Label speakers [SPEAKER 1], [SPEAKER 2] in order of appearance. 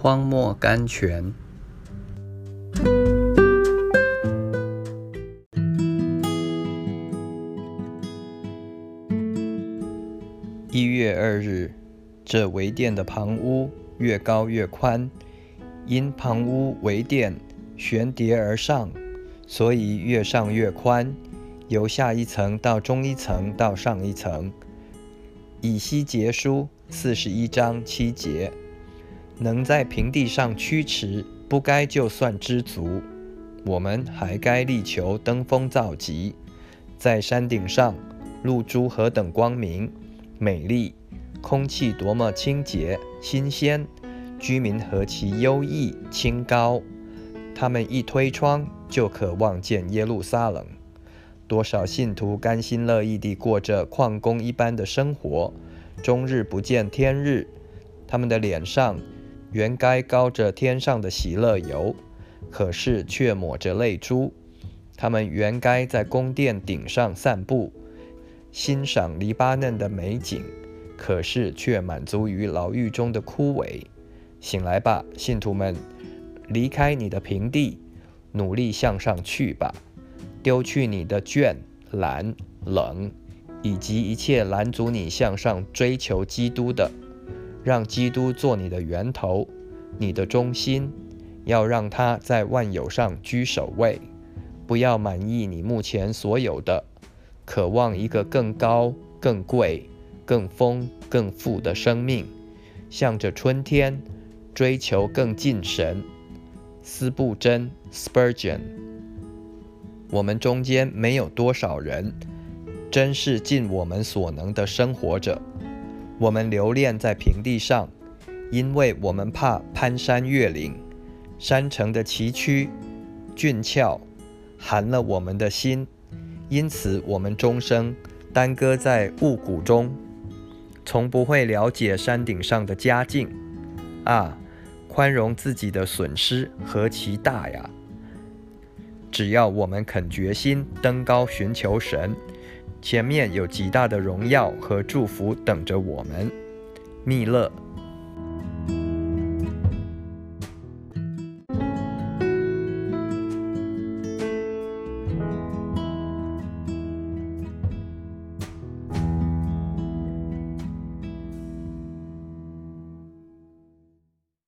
[SPEAKER 1] 荒漠甘泉。1月2日，这围殿的旁屋越高越宽，因旁屋围殿悬叠而上，所以越上越宽，由下一层到中一层到上一层。以西结书41章7节，能在平地上驱驰，不该就算知足。我们还该力求登峰造极，在山顶上，露珠何等光明美丽，空气多么清洁新鲜，居民何其优异清高。他们一推窗就可望见耶路撒冷。多少信徒甘心乐意地过着矿工一般的生活，终日不见天日。他们的脸上原该高着天上的喜乐油，可是却抹着泪珠。他们原该在宫殿顶上散步，欣赏黎巴嫩的美景，可是却满足于牢狱中的枯萎。醒来吧，信徒们，离开你的平地，努力向上去吧，丢去你的倦、懒、冷，以及一切拦阻你向上追求基督的。让基督做你的源头，你的中心，要让他在万有上居首位。不要满意你目前所有的，渴望一个更高、更贵、更丰、更富的生命，向着春天追求更近神。斯布真 Spurgeon。 我们中间没有多少人真是尽我们所能的生活着。我们留恋在平地上，因为我们怕攀山越岭，山城的崎岖峻峭寒了我们的心，因此我们终生耽搁在雾谷中，从不会了解山顶上的佳境。啊，宽容自己的损失何其大呀！只要我们肯决心登高寻求神，前面有极大的荣耀和祝福等着我们。密勒